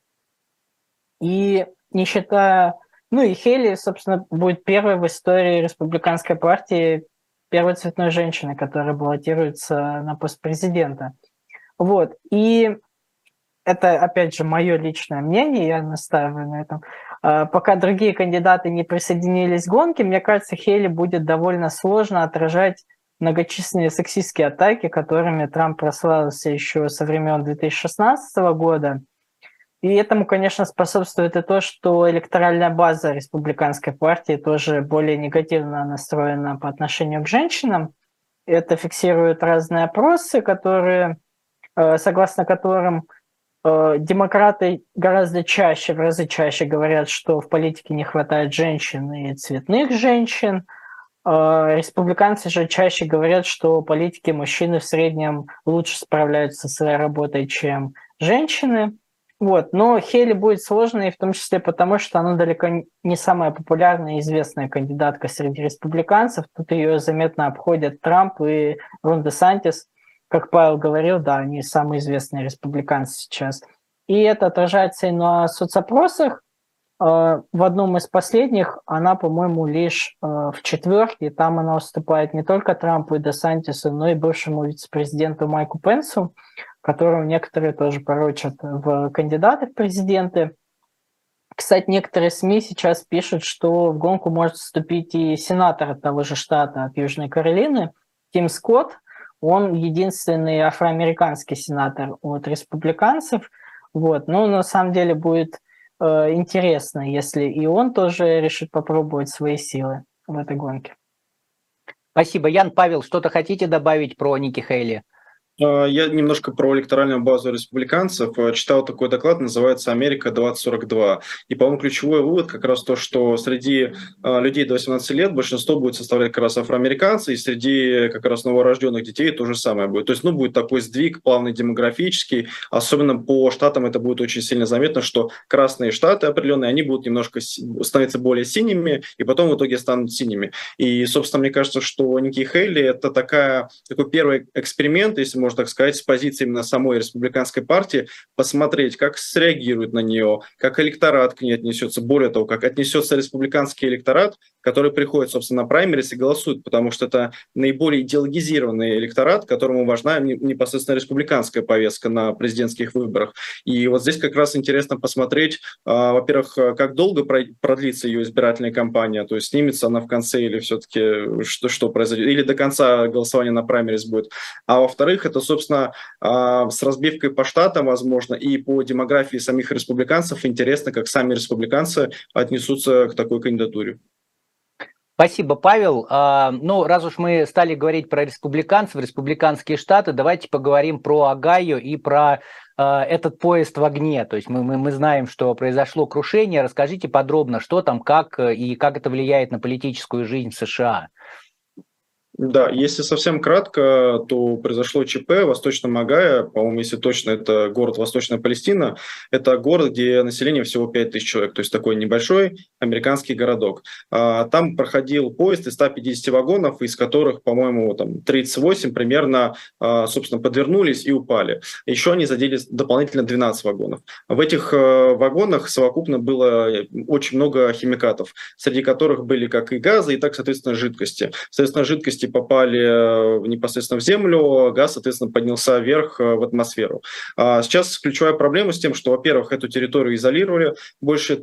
Speaker 2: И не считая... и Хейли, собственно, будет первой в истории республиканской партии первой цветной женщиной, которая баллотируется на пост президента. И это, опять же, мое личное мнение, я настаиваю на этом. Пока другие кандидаты не присоединились к гонке, мне кажется, Хейли будет довольно сложно отражать многочисленные сексистские атаки, которыми Трамп прославился еще со времен 2016 года. И этому, конечно, способствует и то, что электоральная база республиканской партии тоже более негативно настроена по отношению к женщинам. Это фиксируют разные опросы, согласно которым демократы гораздо чаще, в разы чаще говорят, что в политике не хватает женщин и цветных женщин. Республиканцы же чаще говорят, что политики мужчины в среднем лучше справляются со своей работой, чем женщины. Но Хейли будет сложной, в том числе потому, что она далеко не самая популярная и известная кандидатка среди республиканцев. Тут ее заметно обходят Трамп и Рон Десантис. как Павел говорил, да, они самые известные республиканцы сейчас. И это отражается и на соцопросах. В одном из последних она, по-моему, лишь в четверке, и там она уступает не только Трампу и Десантису, но и бывшему вице-президенту Майку Пенсу, которого некоторые тоже порочат в кандидаты в президенты. Кстати, некоторые СМИ сейчас пишут, что в гонку может вступить и сенатор от того же штата, от Южной Каролины, Тим Скотт. Он единственный афроамериканский сенатор от республиканцев. Вот. Но на самом деле будет интересно, если и он тоже решит попробовать свои силы в этой гонке.
Speaker 1: Спасибо. Ян, Павел, что-то хотите добавить про Ники Хейли?
Speaker 3: Я немножко про электоральную базу республиканцев. Читал такой доклад, называется «Америка 2042». И, по-моему, ключевой вывод как раз то, что среди людей до 18 лет большинство будет составлять как раз афроамериканцы, и среди как раз новорожденных детей то же самое будет. То есть, будет такой сдвиг плавный демографический. Особенно по штатам это будет очень сильно заметно, что красные штаты определенные, они будут немножко становиться более синими, и потом в итоге станут синими. И, собственно, мне кажется, что Ники Хейли – это такой первый эксперимент, если можно так сказать, с позиции именно самой республиканской партии, посмотреть, как среагирует на нее, как электорат к ней отнесется, более того, как отнесется республиканский электорат, который приходит, собственно, на праймерис и голосует, потому что это наиболее идеологизированный электорат, которому важна непосредственно республиканская повестка на президентских выборах. И вот здесь как раз интересно посмотреть, во-первых, как долго продлится ее избирательная кампания, то есть снимется она в конце или все-таки что произойдет, или до конца голосования на праймерис будет. А во-вторых, это, собственно, с разбивкой по штатам, возможно, и по демографии самих республиканцев интересно, как сами республиканцы отнесутся к такой кандидатуре.
Speaker 1: Спасибо, Павел. Раз уж мы стали говорить про республиканцев, республиканские штаты, давайте поговорим про Огайо и про этот поезд в огне. То есть мы знаем, что произошло крушение. Расскажите подробно, что там, как и как это влияет на политическую жизнь в США.
Speaker 3: Да, если совсем кратко, то произошло ЧП в Восточном Огайо, по-моему, если точно, это город Восточная Палестина, это город, где население всего 5000 человек, то есть такой небольшой американский городок. Там проходил поезд из 150 вагонов, из которых, по-моему, 38 примерно, собственно, подвернулись и упали. Еще они задели дополнительно 12 вагонов. В этих вагонах совокупно было очень много химикатов, среди которых были как и газы, и так, соответственно, жидкости. Соответственно, жидкости попали непосредственно в землю, газ, соответственно, поднялся вверх в атмосферу. Сейчас ключевая проблема с тем, что, во-первых, эту территорию изолировали, больше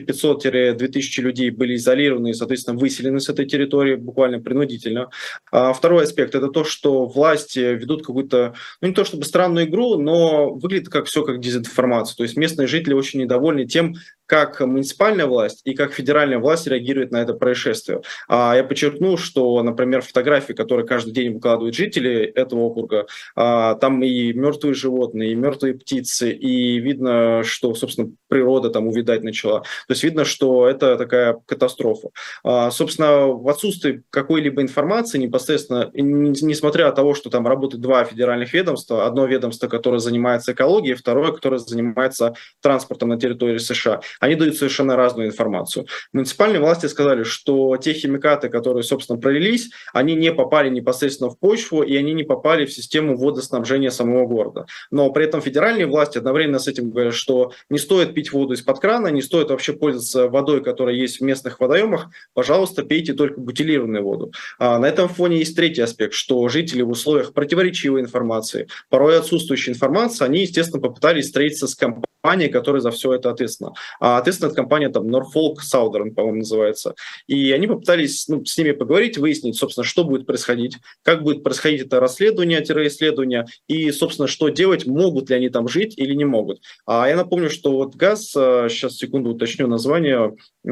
Speaker 3: 1500-2000 людей были изолированы и, соответственно, выселены с этой территории буквально принудительно. Второй аспект – это то, что власти ведут какую-то, не то чтобы странную игру, но выглядит как все как дезинформация. То есть местные жители очень недовольны тем, как муниципальная власть и как федеральная власть реагирует на это происшествие. Я подчеркну, что, например, фотографии, которые каждый день выкладывают жители этого округа, там и мертвые животные, и мертвые птицы, и видно, что, собственно, природа там увядать начала. То есть видно, что это такая катастрофа. Собственно, в отсутствии какой-либо информации непосредственно, несмотря от того, что там работают два федеральных ведомства, одно ведомство, которое занимается экологией, второе, которое занимается транспортом на территории США, они дают совершенно разную информацию. Муниципальные власти сказали, что те химикаты, которые, собственно, пролились, они не попали непосредственно в почву, и они не попали в систему водоснабжения самого города. Но при этом федеральные власти одновременно с этим говорят, что не стоит пить воду из-под крана, не стоит вообще пользоваться водой, которая есть в местных водоемах, пожалуйста, пейте только бутилированную воду. На этом фоне есть третий аспект, что жители в условиях противоречивой информации, порой отсутствующей информации, они, естественно, попытались встретиться с компанией, которая за все это ответственна. Ответственная компания Norfolk Southern, по-моему, называется. И они попытались с ними поговорить, выяснить, собственно, что будет происходить, как будет происходить это расследование-исследование, и, собственно, что делать, могут ли они там жить или не могут. Я напомню, что вот газ, сейчас, секунду, уточню название,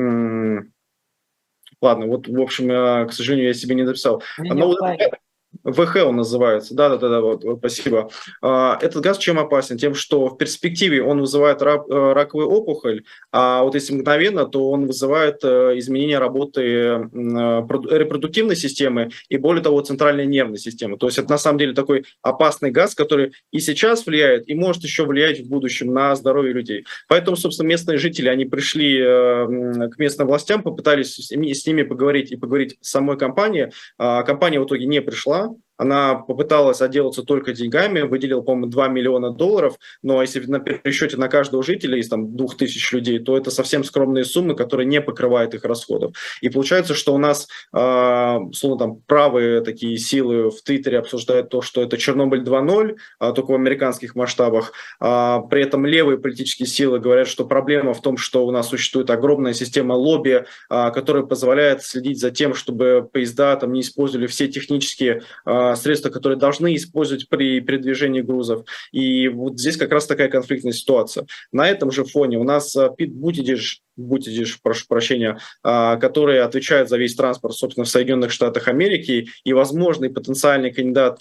Speaker 3: ладно, вот, в общем, к сожалению, я себе не записал. ВХ он называется, да, вот, спасибо. Этот газ чем опасен? Тем, что в перспективе он вызывает раковую опухоль, а вот если мгновенно, то он вызывает изменение работы репродуктивной системы и, более того, центральной нервной системы. То есть это на самом деле такой опасный газ, который и сейчас влияет, и может еще влиять в будущем на здоровье людей. Поэтому, собственно, местные жители, они пришли к местным властям, попытались с ними поговорить и поговорить с самой компанией. Компания в итоге не пришла. она попыталась отделаться только деньгами, выделила, по-моему, $2 миллиона, но если на пересчете на каждого жителя из там 2000 людей, то это совсем скромные суммы, которые не покрывают их расходов. И получается, что у нас, словно там, правые такие силы в Твиттере обсуждают то, что это Чернобыль 2.0, только в американских масштабах. При этом левые политические силы говорят, что проблема в том, что у нас существует огромная система лобби, которая позволяет следить за тем, чтобы поезда там не использовали все технические средства, которые должны использовать при передвижении грузов. И вот здесь как раз такая конфликтная ситуация. На этом же фоне у нас Пит Бутиджеш, прошу прощения, который отвечает за весь транспорт, собственно, в Соединенных Штатах Америки, и возможный потенциальный кандидат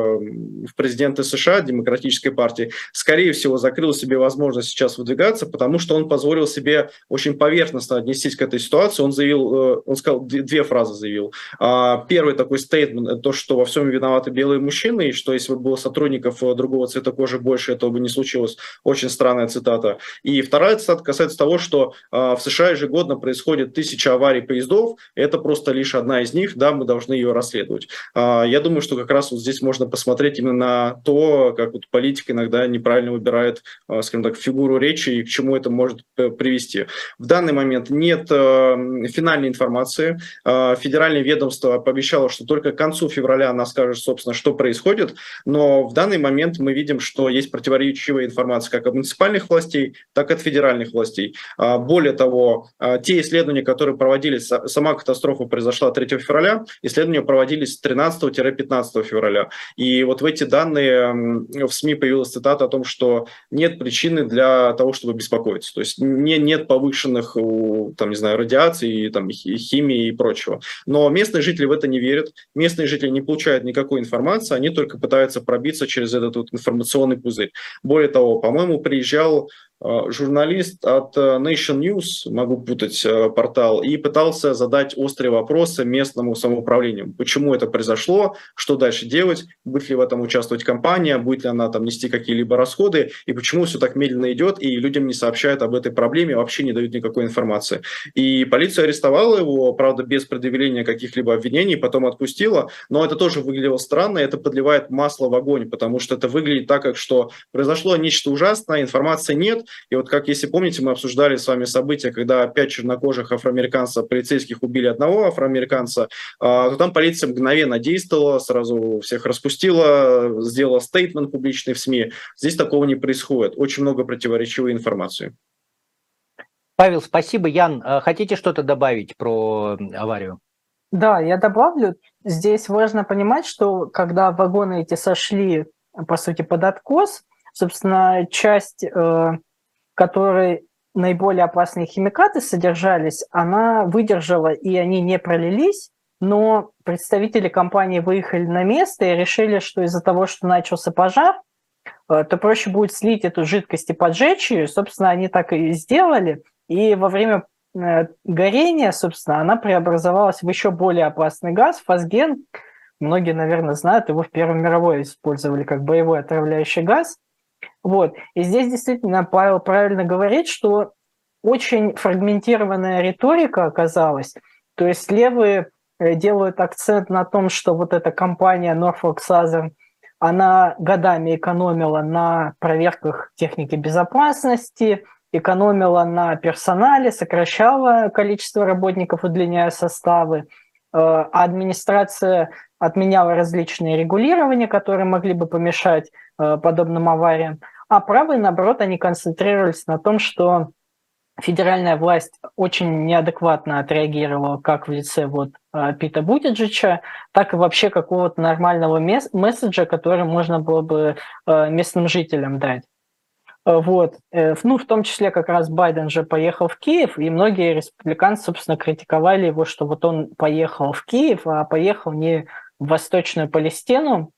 Speaker 3: в президенты США, Демократической партии, скорее всего, закрыл себе возможность сейчас выдвигаться, потому что он позволил себе очень поверхностно отнестись к этой ситуации. Он заявил, он сказал, две фразы заявил. Первый такой стейтмент, то, что во всем виноваты белые мужчины, и что если бы было сотрудников другого цвета кожи больше, этого бы не случилось. Очень странная цитата. И вторая цитата касается того, что в США ежегодно происходит 1000 аварий поездов, это просто лишь одна из них, да, мы должны ее расследовать. Я думаю, что как раз вот здесь можно посмотреть именно на то, как вот политик иногда неправильно выбирает, скажем так, фигуру речи и к чему это может привести. В данный момент нет финальной информации. Федеральное ведомство пообещало, что только к концу февраля она скажет, собственно, что происходит, но в данный момент мы видим, что есть противоречивая информация как от муниципальных властей, так и от федеральных властей. Более того, те исследования, которые проводились, сама катастрофа произошла 3 февраля, исследования проводились с 13-15 февраля. И вот в эти данные в СМИ появилась цитата о том, что нет причины для того, чтобы беспокоиться. То есть нет повышенных, там, не знаю, радиации, там, химии и прочего. Но местные жители в это не верят, местные жители не получают никакой информации, они только пытаются пробиться через этот вот информационный пузырь. Более того, по-моему, приезжал журналист от Nation News, могу путать портал, и пытался задать острые вопросы местному самоуправлению. Почему это произошло, что дальше делать, будет ли в этом участвовать компания, будет ли она там нести какие-либо расходы, и почему все так медленно идет, и людям не сообщают об этой проблеме, вообще не дают никакой информации. И полиция арестовала его, правда, без предъявления каких-либо обвинений, потом отпустила, но это тоже выглядело странно, это подливает масло в огонь, потому что это выглядит так, как что произошло нечто ужасное, информации нет. И вот как, если помните, мы обсуждали с вами события, когда 5 чернокожих афроамериканцев, полицейских убили одного афроамериканца, то там полиция мгновенно действовала, сразу всех распустила, сделала стейтмент публичный в СМИ. Здесь такого не происходит. Очень много противоречивой информации.
Speaker 1: Павел, спасибо. Ян, хотите что-то добавить про аварию?
Speaker 2: Да, я добавлю. Здесь важно понимать, что когда вагоны эти сошли, по сути, под откос, собственно, часть, в которой наиболее опасные химикаты содержались, она выдержала, и они не пролились, но представители компании выехали на место и решили, что из-за того, что начался пожар, то проще будет слить эту жидкость и поджечь ее. Собственно, они так и сделали. И во время горения, собственно, она преобразовалась в еще более опасный газ, фосген. Многие, наверное, знают, его в Первой мировой использовали как боевой отравляющий газ. Вот. И здесь действительно Павел правильно говорит, что очень фрагментированная риторика оказалась. То есть левые делают акцент на том, что вот эта компания Norfolk Southern, она годами экономила на проверках техники безопасности, экономила на персонале, сокращала количество работников, удлиняя составы. А администрация отменяла различные регулирования, которые могли бы помешать подобным авариям. А правые, наоборот, они концентрировались на том, что федеральная власть очень неадекватно отреагировала как в лице вот Пита Бутиджича, так и вообще какого-то нормального месседжа, который можно было бы местным жителям дать. Вот. Ну, в том числе как раз Байден же поехал в Киев, и многие республиканцы, собственно, критиковали его, что вот он поехал в Киев, а поехал не в Восточную Палестину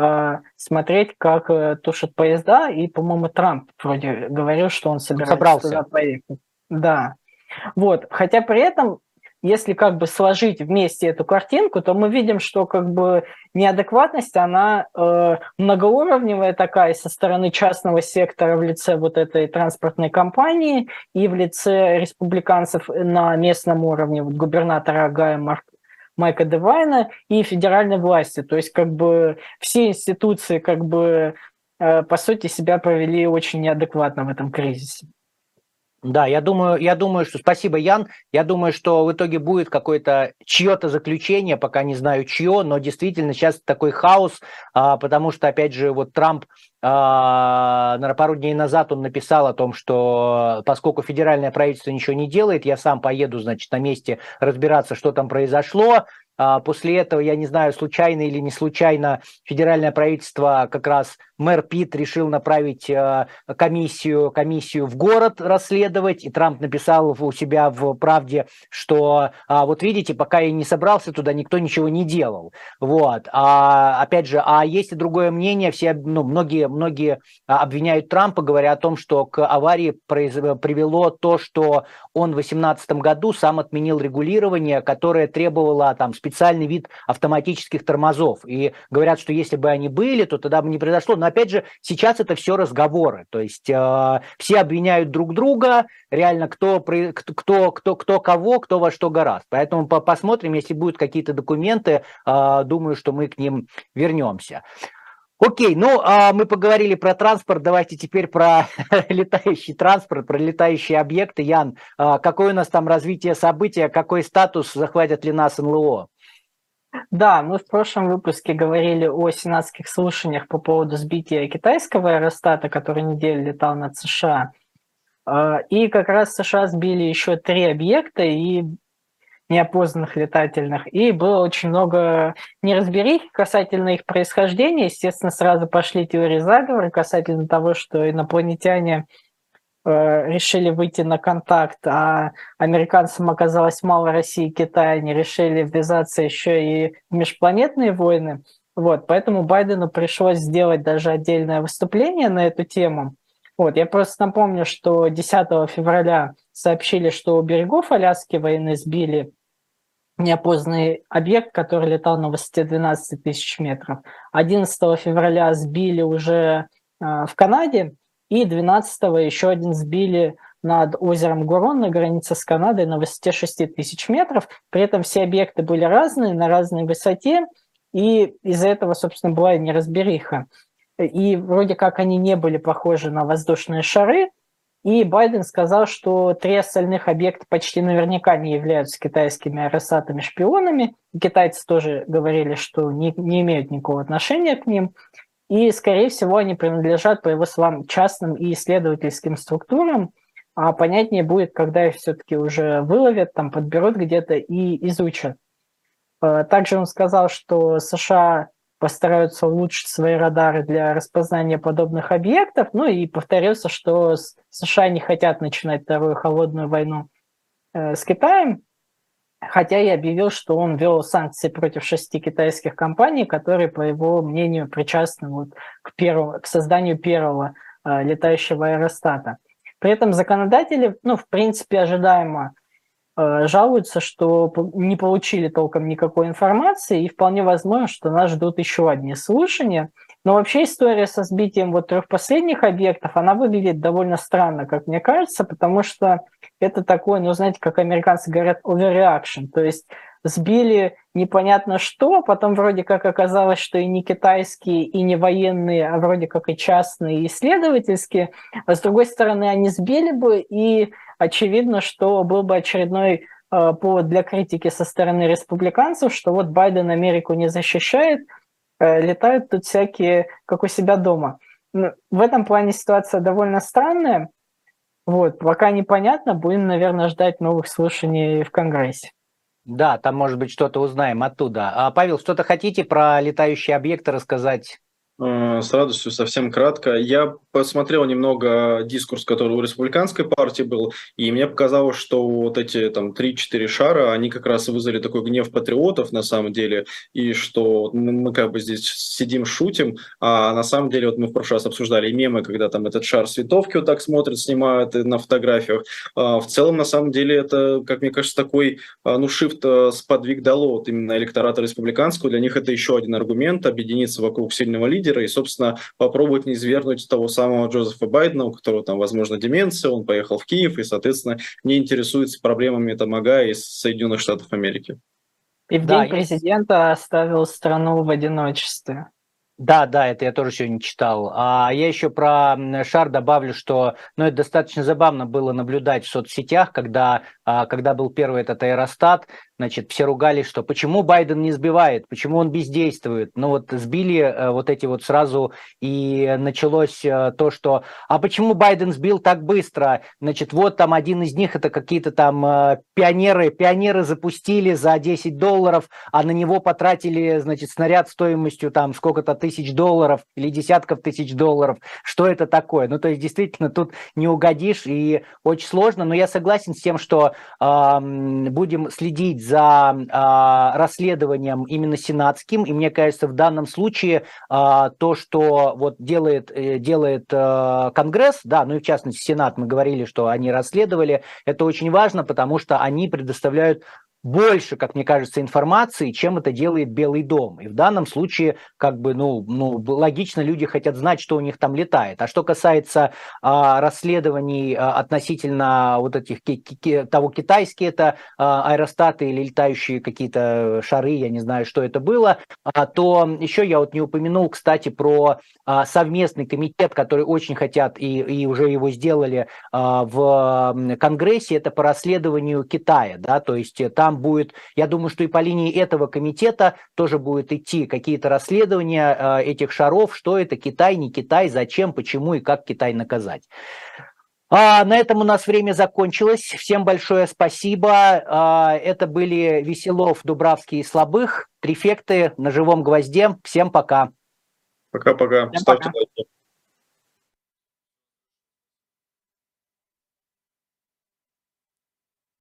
Speaker 2: смотреть, как тушат поезда, и, по-моему, Трамп вроде говорил, что он собирается туда поехать. Да. Вот. Хотя при этом, если как бы сложить вместе эту картинку, то мы видим, что как бы неадекватность, она многоуровневая такая со стороны частного сектора в лице вот этой транспортной компании и в лице республиканцев на местном уровне, вот губернатора Огайо Майка Девайна и федеральной власти. То есть как бы все институции как бы по сути себя провели очень неадекватно в этом кризисе.
Speaker 1: Да, я думаю, что спасибо, Ян. Я думаю, что в итоге будет какое-то чье-то заключение, пока не знаю чье, но действительно сейчас такой хаос, потому что, опять же, вот Трамп пару дней назад он написал о том, что поскольку федеральное правительство ничего не делает, я сам поеду, значит, на месте разбираться, что там произошло. После этого, я не знаю, случайно или не случайно, федеральное правительство, как раз мэр Питт решил направить комиссию в город расследовать, и Трамп написал у себя в «Правде», что вот видите, пока я не собрался туда, никто ничего не делал. Вот. Опять же, есть и другое мнение, многие обвиняют Трампа, говоря о том, что к аварии привело то, что он в 2018 году сам отменил регулирование, которое требовало там специальный вид автоматических тормозов. И говорят, что если бы они были, то тогда бы не произошло. Но опять же, сейчас это все разговоры. То есть все обвиняют друг друга, реально кто кого, кто во что гораст. Поэтому посмотрим, если будут какие-то документы, думаю, что мы к ним вернемся. Окей, мы поговорили про транспорт, давайте теперь про летающий транспорт, про летающие объекты. Ян, какое у нас там развитие события, какой статус, захватят ли нас НЛО?
Speaker 2: Да, мы в прошлом выпуске говорили о сенатских слушаниях по поводу сбития китайского аэростата, который неделю летал над США. И как раз США сбили еще 3 объекта и неопознанных летательных, и было очень много неразберихи касательно их происхождения. Естественно, сразу пошли теории заговора касательно того, что инопланетяне решили выйти на контакт, а американцам оказалось мало России и Китая, они решили ввязаться еще и в межпланетные войны. Вот, поэтому Байдену пришлось сделать даже отдельное выступление на эту тему. Вот, я просто напомню, что 10 февраля сообщили, что у берегов Аляски военные сбили неопознанный объект, который летал на высоте 12 тысяч метров. 11 февраля сбили уже в Канаде, и 12-го еще один сбили над озером Гурон на границе с Канадой на высоте 6 тысяч метров. При этом все объекты были разные, на разной высоте, и из-за этого, собственно, была и неразбериха. И вроде как они не были похожи на воздушные шары, и Байден сказал, что 3 остальных объекта почти наверняка не являются китайскими аэросатами-шпионами. Китайцы тоже говорили, что не имеют никакого отношения к ним. И, скорее всего, они принадлежат, по его словам, частным и исследовательским структурам. А понятнее будет, когда их все-таки уже выловят, там подберут где-то и изучат. Также он сказал, что США постараются улучшить свои радары для распознания подобных объектов. Ну и повторился, что США не хотят начинать вторую холодную войну с Китаем, хотя и объявил, что он ввел санкции против 6 китайских компаний, которые, по его мнению, причастны к созданию первого летающего аэростата. При этом законодатели, в принципе, ожидаемо жалуются, что не получили толком никакой информации, и вполне возможно, что нас ждут еще одни слушания. Но вообще история со сбитием 3 последних объектов, она выглядит довольно странно, как мне кажется, потому что это такое, знаете, как американцы говорят, overreaction, то есть сбили непонятно что, потом вроде как оказалось, что и не китайские, и не военные, а вроде как и частные, и исследовательские, а с другой стороны они сбили бы, и очевидно, что был бы очередной повод для критики со стороны республиканцев, что Байден Америку не защищает, летают тут всякие, как у себя дома. В этом плане ситуация довольно странная. Пока непонятно, будем, наверное, ждать новых слушаний в Конгрессе.
Speaker 1: Да, там, может быть, что-то узнаем оттуда. Павел, что-то хотите про летающие объекты рассказать?
Speaker 3: С радостью, совсем кратко. Я посмотрел немного дискурс, который у республиканской партии был, и мне показалось, что эти 3-4 шара, они как раз вызвали такой гнев патриотов на самом деле, и что мы как бы здесь сидим, шутим, а на самом деле мы в прошлый раз обсуждали мемы, когда этот шар с ветовки так смотрят, снимают на фотографиях. В целом, на самом деле, это, как мне кажется, такой шифт сподвиг дало именно электората республиканского. Для них это еще один аргумент объединиться вокруг сильного лидера и, собственно, попробовать не свергнуть того самого Джозефа Байдена, у которого возможно, деменция, он поехал в Киев и, соответственно, не интересуется проблемами АГА из Соединенных Штатов Америки.
Speaker 2: И в
Speaker 1: Да,
Speaker 2: день президента оставил страну в одиночестве.
Speaker 1: Да, это я тоже сегодня читал. А я еще про Шар добавлю, что это достаточно забавно было наблюдать в соцсетях, когда был первый этот аэростат, значит, все ругались, что почему Байден не сбивает, почему он бездействует. Сбили вот эти вот сразу, и началось то, что а почему Байден сбил так быстро? Значит, вот там один из них, это какие-то там пионеры запустили за $10, а на него потратили, значит, снаряд стоимостью там сколько-то тысяч долларов или десятков тысяч долларов. Что это такое? То есть, действительно, тут не угодишь, и очень сложно, но я согласен с тем, что будем следить за расследованием именно сенатским, и мне кажется, в данном случае то, что вот делает Конгресс, да, и в частности Сенат, мы говорили, что они расследовали, это очень важно, потому что они предоставляют больше, как мне кажется, информации, чем это делает Белый дом. И в данном случае, логично, люди хотят знать, что у них там летает. А что касается расследований относительно вот этих того, китайские это аэростаты или летающие какие-то шары, я не знаю, что это было, то еще я вот не упомянул, кстати, про совместный комитет, который очень хотят и уже его сделали в Конгрессе, это по расследованию Китая, да, то есть там будет, я думаю, что и по линии этого комитета тоже будет идти какие-то расследования этих шаров, что это Китай, не Китай, зачем, почему и как Китай наказать. На этом у нас время закончилось. Всем большое спасибо. Это были Веселов, Дубравский и Слабых. Трифекты на живом гвозде. Всем пока.
Speaker 3: Пока-пока.
Speaker 2: Всем
Speaker 3: Ставьте
Speaker 2: пока.
Speaker 3: лайк.